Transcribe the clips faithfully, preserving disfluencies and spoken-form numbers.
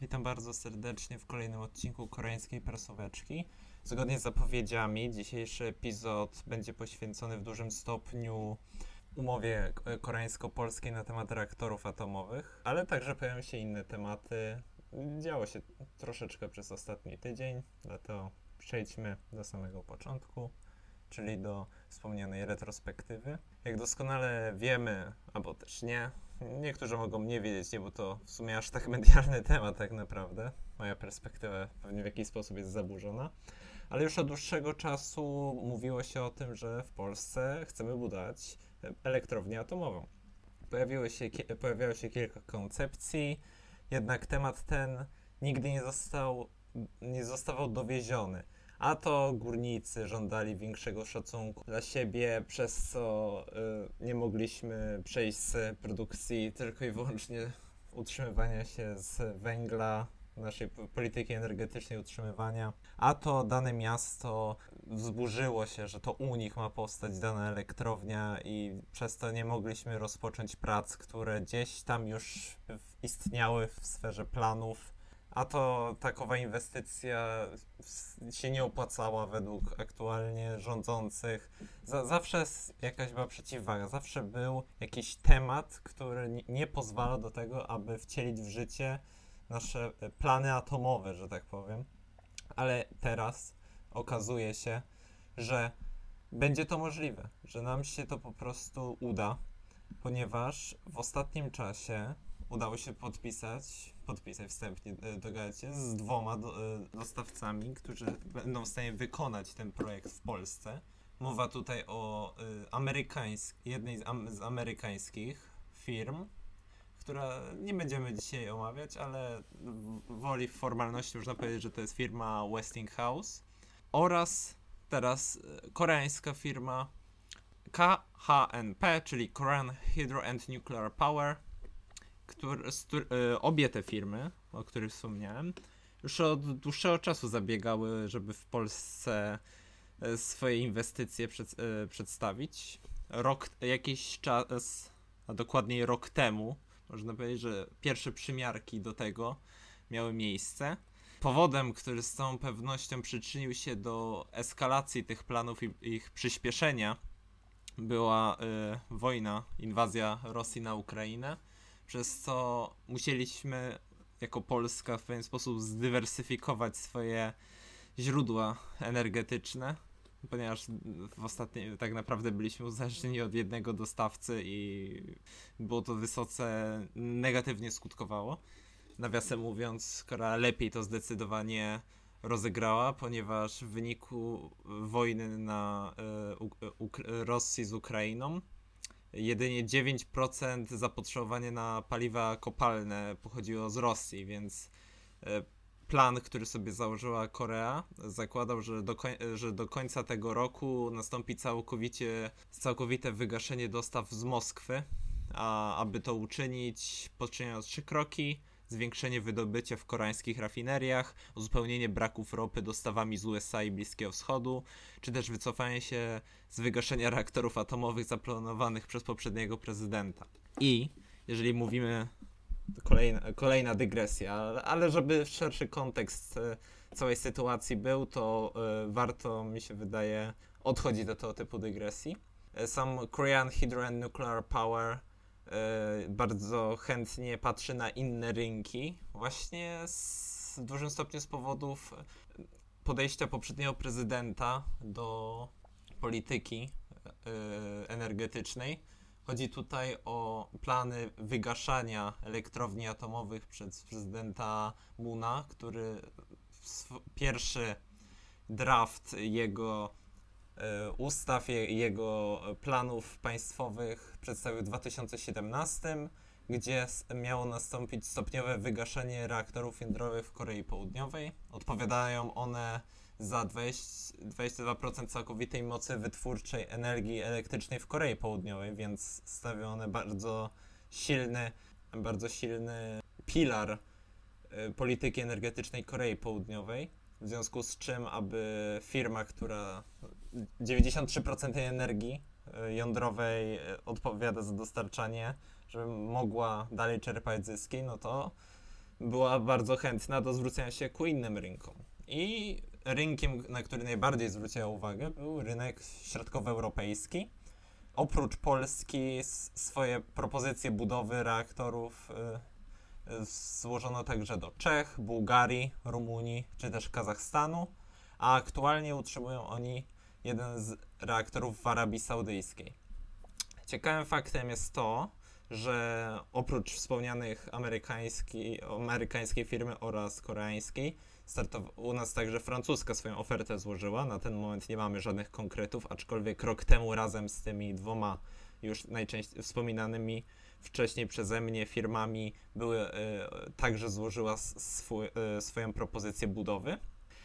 Witam bardzo serdecznie w kolejnym odcinku koreańskiej prasóweczki. Zgodnie z zapowiedziami, dzisiejszy epizod będzie poświęcony w dużym stopniu umowie koreańsko-polskiej na temat reaktorów atomowych, ale także pojawią się inne tematy. Działo się troszeczkę przez ostatni tydzień, dlatego przejdźmy do samego początku, czyli do wspomnianej retrospektywy. Jak doskonale wiemy, albo też nie, niektórzy mogą nie wiedzieć, nie, bo to w sumie aż tak medialny temat tak naprawdę. Moja perspektywa pewnie w jakiś sposób jest zaburzona. Ale już od dłuższego czasu mówiło się o tym, że w Polsce chcemy budować elektrownię atomową. Pojawiło się, pojawiało się kilka koncepcji, jednak temat ten nigdy nie został, nie zostawał dowieziony. A to górnicy żądali większego szacunku dla siebie, przez co y, nie mogliśmy przejść z produkcji tylko i wyłącznie utrzymywania się z węgla, naszej polityki energetycznej utrzymywania. A to dane miasto wzburzyło się, że to u nich ma powstać dana elektrownia i przez to nie mogliśmy rozpocząć prac, które gdzieś tam już istniały w sferze planów. A to takowa inwestycja się nie opłacała według aktualnie rządzących. Z- zawsze jakaś była przeciwwaga, zawsze był jakiś temat, który nie pozwala do tego, aby wcielić w życie nasze plany atomowe, że tak powiem. Ale teraz okazuje się, że będzie to możliwe, że nam się to po prostu uda, ponieważ w ostatnim czasie udało się podpisać, podpisać wstępnie, dogadać się z dwoma do, dostawcami, którzy będą w stanie wykonać ten projekt w Polsce. Mowa tutaj o y, amerykańsk, jednej z, am, z amerykańskich firm, która nie będziemy dzisiaj omawiać, ale w woli formalności można powiedzieć, że to jest firma Westinghouse, oraz teraz y, koreańska firma K H N P, czyli Korean Hydro and Nuclear Power. Który, stu, y, obie te firmy, o których wspomniałem, już od dłuższego czasu zabiegały, żeby w Polsce y, swoje inwestycje przed, y, przedstawić. Rok, jakiś czas, a dokładniej rok temu, można powiedzieć, że pierwsze przymiarki do tego miały miejsce. Powodem, który z całą pewnością przyczynił się do eskalacji tych planów i ich przyspieszenia, była y, wojna, inwazja Rosji na Ukrainę, przez co musieliśmy jako Polska w pewien sposób zdywersyfikować swoje źródła energetyczne, ponieważ w ostatnim tak naprawdę byliśmy uzależnieni od jednego dostawcy i było to wysoce negatywnie skutkowało. Nawiasem mówiąc, Korea lepiej to zdecydowanie rozegrała, ponieważ w wyniku wojny na y, u, u, Rosji z Ukrainą jedynie dziewięć procent zapotrzebowania na paliwa kopalne pochodziło z Rosji, więc plan, który sobie założyła Korea, zakładał, że do, koń- że do końca tego roku nastąpi całkowicie, całkowite wygaszenie dostaw z Moskwy, a aby to uczynić, poczyniono trzy kroki: zwiększenie wydobycia w koreańskich rafineriach, uzupełnienie braków ropy dostawami z U S A i Bliskiego Wschodu, czy też wycofanie się z wygaszenia reaktorów atomowych zaplanowanych przez poprzedniego prezydenta. I jeżeli mówimy, kolejna, kolejna dygresja, ale żeby szerszy kontekst całej sytuacji był, to y, warto, mi się wydaje, odchodzić do tego typu dygresji. Sam Korean Hydro and Nuclear Power bardzo chętnie patrzy na inne rynki, właśnie z, w dużym stopniu z powodów podejścia poprzedniego prezydenta do polityki yy, energetycznej. Chodzi tutaj o plany wygaszania elektrowni atomowych przez prezydenta Moona, który sw- pierwszy draft jego ustaw, jego planów państwowych przedstawił w dwa tysiące siedemnastym, gdzie miało nastąpić stopniowe wygaszenie reaktorów jądrowych w Korei Południowej. Odpowiadają one za dwadzieścia dwa procent całkowitej mocy wytwórczej energii elektrycznej w Korei Południowej, więc stawią one bardzo silny, bardzo silny filar polityki energetycznej Korei Południowej. W związku z czym, aby firma, która dziewięćdziesiąt trzy procent energii jądrowej odpowiada za dostarczanie, żeby mogła dalej czerpać zyski, no to była bardzo chętna do zwrócenia się ku innym rynkom. I rynkiem, na który najbardziej zwróciła uwagę, był rynek środkowoeuropejski. Oprócz Polski swoje propozycje budowy reaktorów y, złożono także do Czech, Bułgarii, Rumunii czy też Kazachstanu, a aktualnie utrzymują oni jeden z reaktorów w Arabii Saudyjskiej. Ciekawym faktem jest to, że oprócz wspomnianych amerykańskiej, amerykańskiej firmy oraz koreańskiej, startow- u nas także francuska swoją ofertę złożyła. Na ten moment nie mamy żadnych konkretów, aczkolwiek rok temu razem z tymi dwoma już najczęściej wspominanymi wcześniej przeze mnie firmami były, y, także złożyła swój, y, swoją propozycję budowy.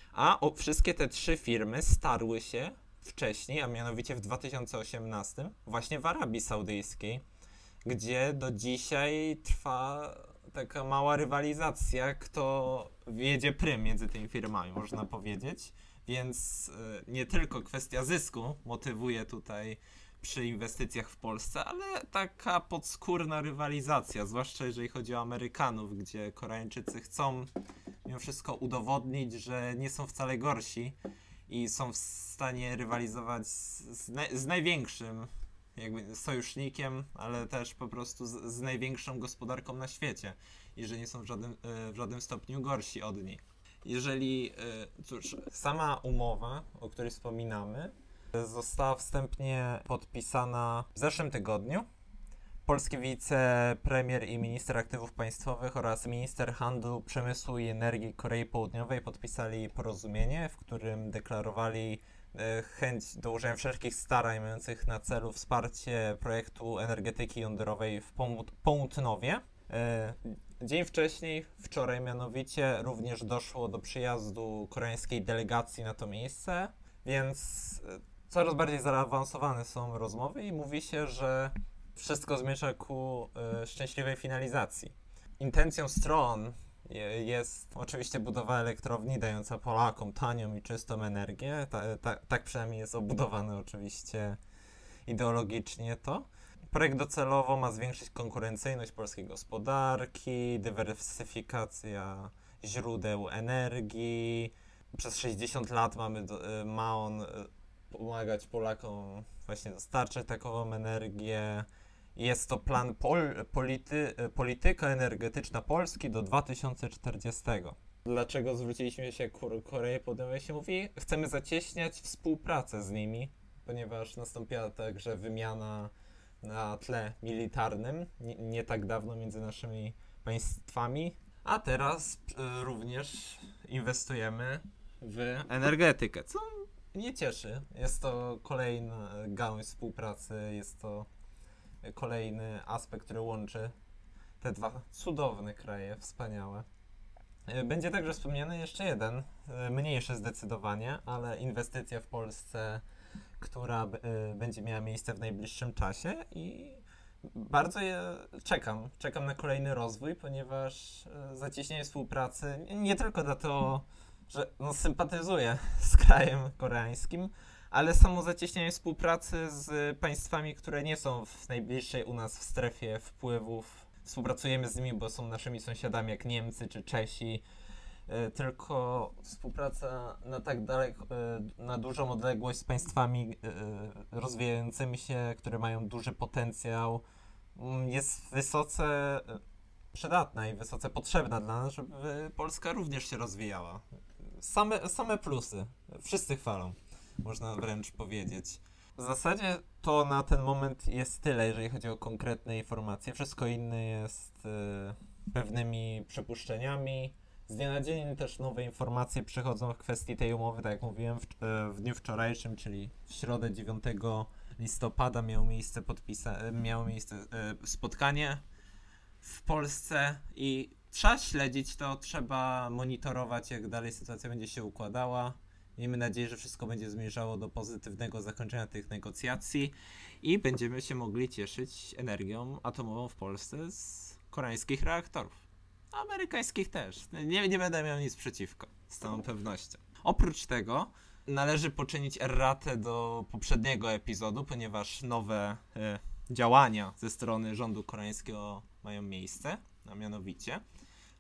A o, wszystkie te trzy firmy starły się wcześniej, a mianowicie w dwa tysiące osiemnastym właśnie w Arabii Saudyjskiej, gdzie do dzisiaj trwa taka mała rywalizacja, kto wiedzie prym między tymi firmami, można powiedzieć. Więc y, nie tylko kwestia zysku motywuje tutaj przy inwestycjach w Polsce, ale taka podskórna rywalizacja, zwłaszcza jeżeli chodzi o Amerykanów, gdzie Koreańczycy chcą mimo wszystko udowodnić, że nie są wcale gorsi i są w stanie rywalizować z, z, na, z największym jakby sojusznikiem, ale też po prostu z, z największą gospodarką na świecie i że nie są w żadnym, w żadnym stopniu gorsi od niej. Jeżeli, cóż, sama umowa, o której wspominamy, została wstępnie podpisana w zeszłym tygodniu. Polski wicepremier i minister aktywów państwowych oraz minister handlu, przemysłu i energii Korei Południowej podpisali porozumienie, w którym deklarowali chęć dołożenia wszelkich starań mających na celu wsparcie projektu energetyki jądrowej w Połudnowie. Dzień wcześniej, wczoraj mianowicie, również doszło do przyjazdu koreańskiej delegacji na to miejsce, więc coraz bardziej zaawansowane są rozmowy i mówi się, że wszystko zmierza ku y, szczęśliwej finalizacji. Intencją stron je, jest oczywiście budowa elektrowni dająca Polakom tanią i czystą energię. Ta, ta, tak przynajmniej jest obudowane oczywiście ideologicznie to. Projekt docelowo ma zwiększyć konkurencyjność polskiej gospodarki, dywersyfikacja źródeł energii. Przez sześćdziesiąt lat mamy do, y, ma on y, pomagać Polakom właśnie dostarczać takową energię. Jest to plan pol, polity, polityka energetyczna Polski do dwa tysiące czterdziestego. Dlaczego zwróciliśmy się ku Korei Południowej? Się mówi, chcemy zacieśniać współpracę z nimi, ponieważ nastąpiła także wymiana na tle militarnym nie, nie tak dawno między naszymi państwami, a teraz y, również inwestujemy w energetykę, co mnie cieszy. Jest to kolejna gałąź współpracy, jest to kolejny aspekt, który łączy te dwa cudowne kraje, wspaniałe. Będzie także wspomniany jeszcze jeden, mniejszy zdecydowanie, ale inwestycja w Polsce, która będzie miała miejsce w najbliższym czasie i bardzo je czekam. Czekam na kolejny rozwój, ponieważ zacieśnienie współpracy nie tylko dlatego, że no, sympatyzuję z krajem koreańskim, ale samo zacieśnienie współpracy z państwami, które nie są w najbliższej u nas w strefie wpływów. Współpracujemy z nimi, bo są naszymi sąsiadami jak Niemcy czy Czesi, y, tylko współpraca na tak daleko, y, na dużą odległość z państwami y, rozwijającymi się, które mają duży potencjał, y, jest wysoce przydatna i wysoce potrzebna dla nas, żeby Polska również się rozwijała. Same, same plusy. Wszyscy chwalą, można wręcz powiedzieć. W zasadzie to na ten moment jest tyle, jeżeli chodzi o konkretne informacje. Wszystko inne jest y, pewnymi przypuszczeniami. Z dnia na dzień też nowe informacje przychodzą w kwestii tej umowy, tak jak mówiłem, w, y, w dniu wczorajszym, czyli w środę dziewiątego listopada miało miejsce, podpisa- miało miejsce y, spotkanie w Polsce i trzeba śledzić to, trzeba monitorować, jak dalej sytuacja będzie się układała. Miejmy nadzieję, że wszystko będzie zmierzało do pozytywnego zakończenia tych negocjacji i będziemy się mogli cieszyć energią atomową w Polsce z koreańskich reaktorów. Amerykańskich też. Nie, nie będę miał nic przeciwko, z całą pewnością. Oprócz tego należy poczynić erratę do poprzedniego epizodu, ponieważ nowe y, działania ze strony rządu koreańskiego mają miejsce, a mianowicie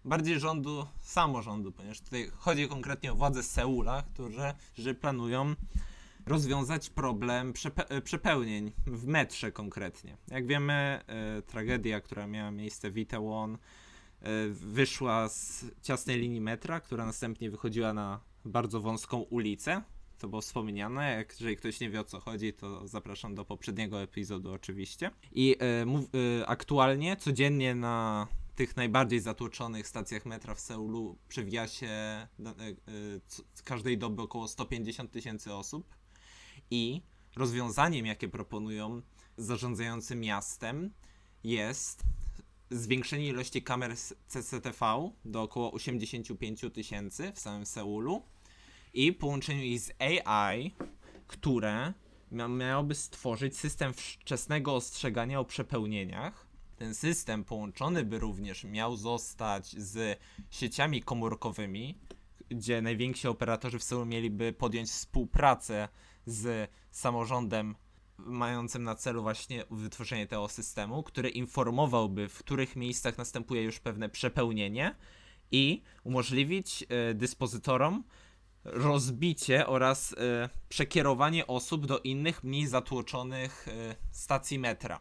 bardziej rządu, samorządu, ponieważ tutaj chodzi konkretnie o władze Seula, które, że planują rozwiązać problem przepe- przepełnień w metrze konkretnie. Jak wiemy, e, tragedia, która miała miejsce w Itaewon, e, wyszła z ciasnej linii metra, która następnie wychodziła na bardzo wąską ulicę. To było wspomniane. Jak, jeżeli ktoś nie wie, o co chodzi, to zapraszam do poprzedniego epizodu oczywiście. I e, mów, e, aktualnie codziennie na tych najbardziej zatłoczonych stacjach metra w Seulu przewija się e, e, c- każdej doby około sto pięćdziesiąt tysięcy osób. I rozwiązaniem, jakie proponują zarządzający miastem, jest zwiększenie ilości kamer C C T V do około osiemdziesiąt pięć tysięcy w samym Seulu i połączeniu ich z A I, które mia- miałoby stworzyć system wczesnego ostrzegania o przepełnieniach. Ten system połączony by również miał zostać z sieciami komórkowymi, gdzie najwięksi operatorzy w Seulu mieliby podjąć współpracę z samorządem mającym na celu właśnie wytworzenie tego systemu, który informowałby, w których miejscach następuje już pewne przepełnienie i umożliwić e, dyspozytorom rozbicie oraz e, przekierowanie osób do innych, mniej zatłoczonych e, stacji metra.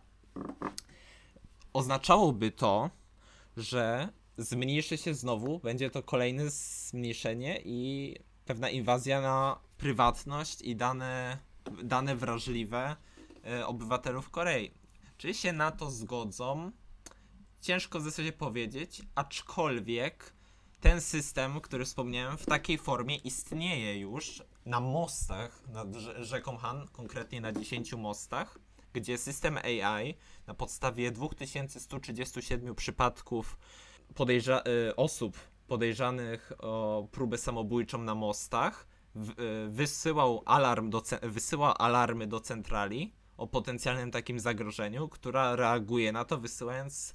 Oznaczałoby to, że zmniejszy się znowu, będzie to kolejne zmniejszenie i pewna inwazja na prywatność i dane, dane wrażliwe e, obywatelów Korei. Czy się na to zgodzą? Ciężko w zasadzie powiedzieć, aczkolwiek ten system, który wspomniałem, w takiej formie istnieje już na mostach nad rzeką Han, konkretnie na dziesięciu mostach, gdzie system A I na podstawie dwa tysiące sto trzydzieści siedem przypadków podejrza- y, osób podejrzanych o próbę samobójczą na mostach w, y, wysyłał alarm do ce- wysyła alarmy do centrali o potencjalnym takim zagrożeniu, która reaguje na to, wysyłając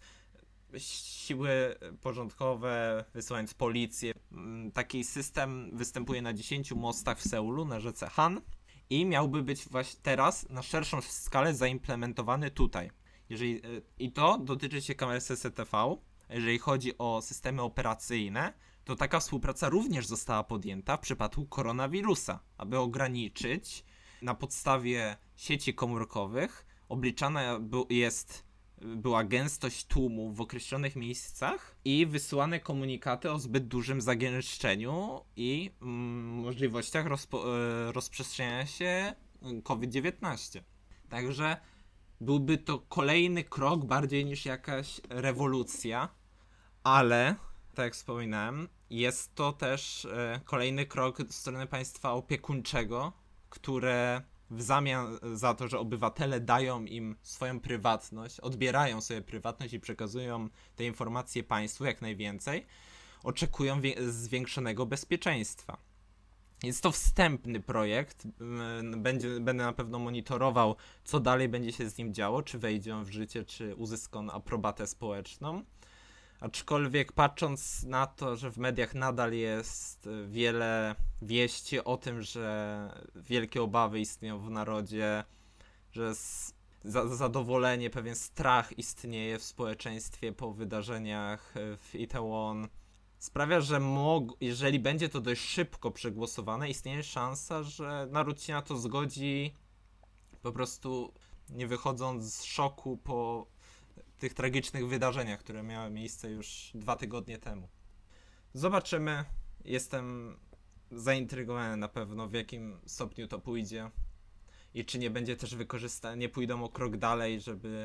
siły porządkowe, wysyłając policję. Taki system występuje na dziesięciu mostach w Seulu, na rzece Han i miałby być właśnie teraz na szerszą skalę zaimplementowany tutaj. Jeżeli, i to dotyczy się kamer C C T V. Jeżeli chodzi o systemy operacyjne, to taka współpraca również została podjęta w przypadku koronawirusa, aby ograniczyć na podstawie sieci komórkowych obliczana jest była gęstość tłumu w określonych miejscach i wysyłane komunikaty o zbyt dużym zagęszczeniu i mm, możliwościach rozpo- e, rozprzestrzeniania się COVID dziewiętnaście. Także byłby to kolejny krok bardziej niż jakaś rewolucja, ale, tak jak wspominałem, jest to też e, kolejny krok w stronę państwa opiekuńczego, które w zamian za to, że obywatele dają im swoją prywatność, odbierają sobie prywatność i przekazują te informacje państwu jak najwięcej, oczekują wie- zwiększonego bezpieczeństwa. Jest to wstępny projekt, będzie, będę na pewno monitorował, co dalej będzie się z nim działo, czy wejdzie on w życie, czy uzyska on aprobatę społeczną. Aczkolwiek patrząc na to, że w mediach nadal jest wiele wieści o tym, że wielkie obawy istnieją w narodzie, że za- zadowolenie, pewien strach istnieje w społeczeństwie po wydarzeniach w Itaewon, sprawia, że mog- jeżeli będzie to dość szybko przegłosowane, istnieje szansa, że naród się na to zgodzi, po prostu nie wychodząc z szoku po tych tragicznych wydarzeniach, które miały miejsce już dwa tygodnie temu. Zobaczymy. Jestem zaintrygowany na pewno, w jakim stopniu to pójdzie i czy nie będzie też wykorzystane, nie pójdą o krok dalej, żeby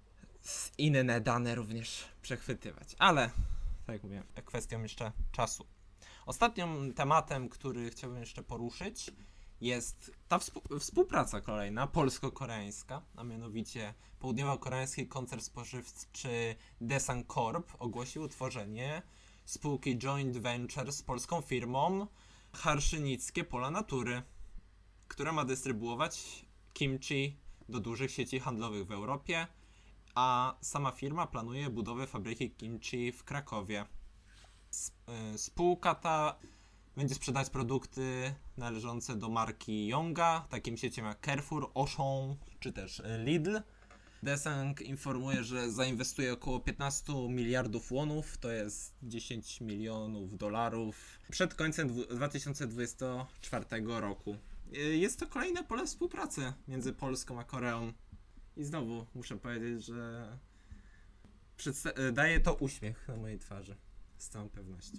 inne dane również przechwytywać. Ale, tak jak mówiłem, kwestią jeszcze czasu. Ostatnim tematem, który chciałbym jeszcze poruszyć, jest ta współ- współpraca kolejna, polsko-koreańska, a mianowicie południowo-koreański koncern spożywczy Daesan Corp ogłosił utworzenie spółki joint venture z polską firmą Harszynickie Pola Natury, która ma dystrybuować kimchi do dużych sieci handlowych w Europie, a sama firma planuje budowę fabryki kimchi w Krakowie. Spółka ta będzie sprzedać produkty należące do marki Yonga, takim sieciom jak Carrefour, Auchan czy też Lidl. Desang informuje, że zainwestuje około piętnaście miliardów wonów, to jest dziesięć milionów dolarów, przed końcem dwa tysiące dwudziestego czwartego roku. Jest to kolejne pole współpracy między Polską a Koreą. I znowu muszę powiedzieć, że przedsta- daje to uśmiech na mojej twarzy, z całą pewnością.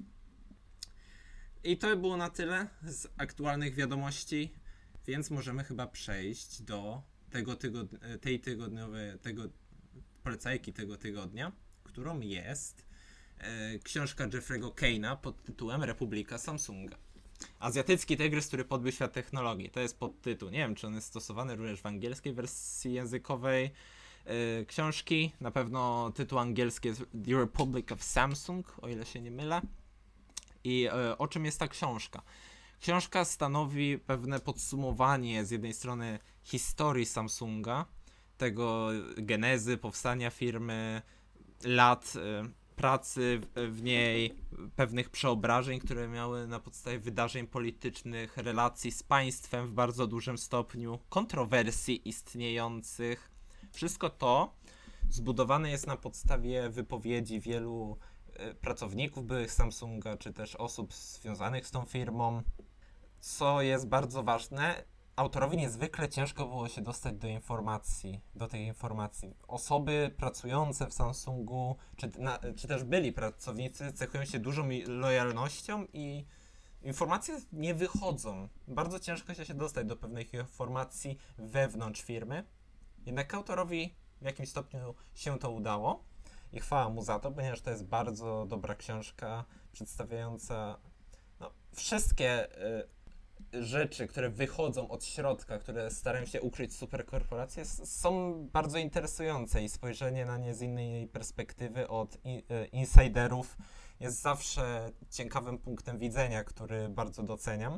I to było na tyle z aktualnych wiadomości, więc możemy chyba przejść do tego tygod- tej tygodniowej, tego polecajki tego tygodnia, którą jest e, książka Jeffrey'ego Kane'a pod tytułem Republika Samsunga. Azjatycki tygrys, który podbił świat technologii. To jest podtytuł. Nie wiem, czy on jest stosowany również w angielskiej wersji językowej e, książki. Na pewno tytuł angielski jest The Republic of Samsung, o ile się nie mylę. I e, o czym jest ta książka? Książka stanowi pewne podsumowanie z jednej strony historii Samsunga, tego genezy, powstania firmy, lat e, pracy w, w niej, pewnych przeobrażeń, które miały na podstawie wydarzeń politycznych, relacji z państwem w bardzo dużym stopniu, kontrowersji istniejących. Wszystko to zbudowane jest na podstawie wypowiedzi wielu e, pracowników byłych Samsunga, czy też osób związanych z tą firmą. Co jest bardzo ważne, autorowi niezwykle ciężko było się dostać do informacji, do tej informacji. Osoby pracujące w Samsungu, czy, na, czy też byli pracownicy, cechują się dużą lojalnością i informacje nie wychodzą. Bardzo ciężko się dostać do pewnych informacji wewnątrz firmy. Jednak autorowi w jakimś stopniu się to udało i chwała mu za to, ponieważ to jest bardzo dobra książka przedstawiająca no, wszystkie y, rzeczy, które wychodzą od środka, które starają się ukryć superkorporacje, są bardzo interesujące i spojrzenie na nie z innej perspektywy od in, insiderów jest zawsze ciekawym punktem widzenia, który bardzo doceniam.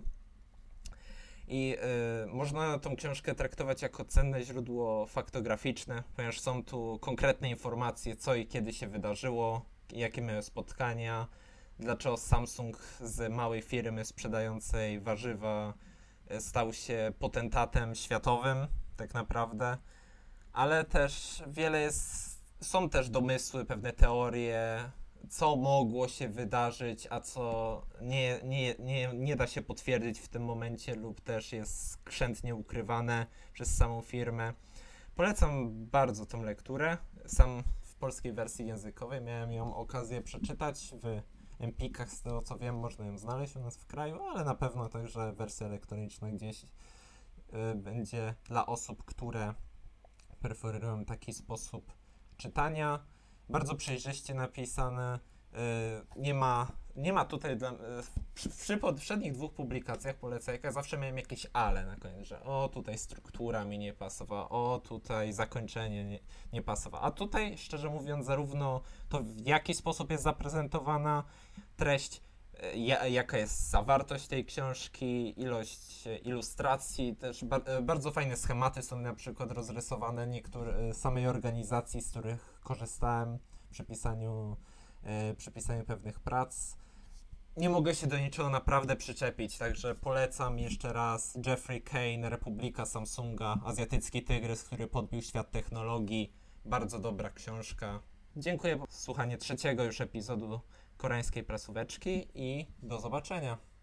I y, można tą książkę traktować jako cenne źródło faktograficzne, ponieważ są tu konkretne informacje, co i kiedy się wydarzyło, jakie miały spotkania, dlaczego Samsung z małej firmy sprzedającej warzywa stał się potentatem światowym tak naprawdę, ale też wiele jest, są też domysły, pewne teorie, co mogło się wydarzyć, a co nie, nie, nie, nie da się potwierdzić w tym momencie lub też jest skrzętnie ukrywane przez samą firmę. Polecam bardzo tą lekturę. Sam w polskiej wersji językowej miałem ją okazję przeczytać w Empikach, z tego co wiem, można ją znaleźć u nas w kraju, ale na pewno także wersja elektroniczna gdzieś y, będzie dla osób, które preferują taki sposób czytania. Bardzo przejrzyście napisane. Y, nie ma, nie ma tutaj dla, y, przy, przy poprzednich dwóch publikacjach polecajkach zawsze miałem jakieś ale na koniec, że o tutaj struktura mi nie pasowała, o tutaj zakończenie nie, nie pasowała. A tutaj, szczerze mówiąc, zarówno to w jaki sposób jest zaprezentowana treść, y, ja, jaka jest zawartość tej książki, ilość y, ilustracji, też ba, y, bardzo fajne schematy są na przykład rozrysowane niektóre y, samej organizacji, z których korzystałem przy pisaniu przy pisaniu pewnych prac. Nie mogę się do niczego naprawdę przyczepić, także polecam jeszcze raz Jeffrey Kane, Republika Samsunga, Azjatycki tygrys, który podbił świat technologii. Bardzo dobra książka. Dziękuję za słuchanie trzeciego już epizodu koreańskiej prasóweczki i do zobaczenia.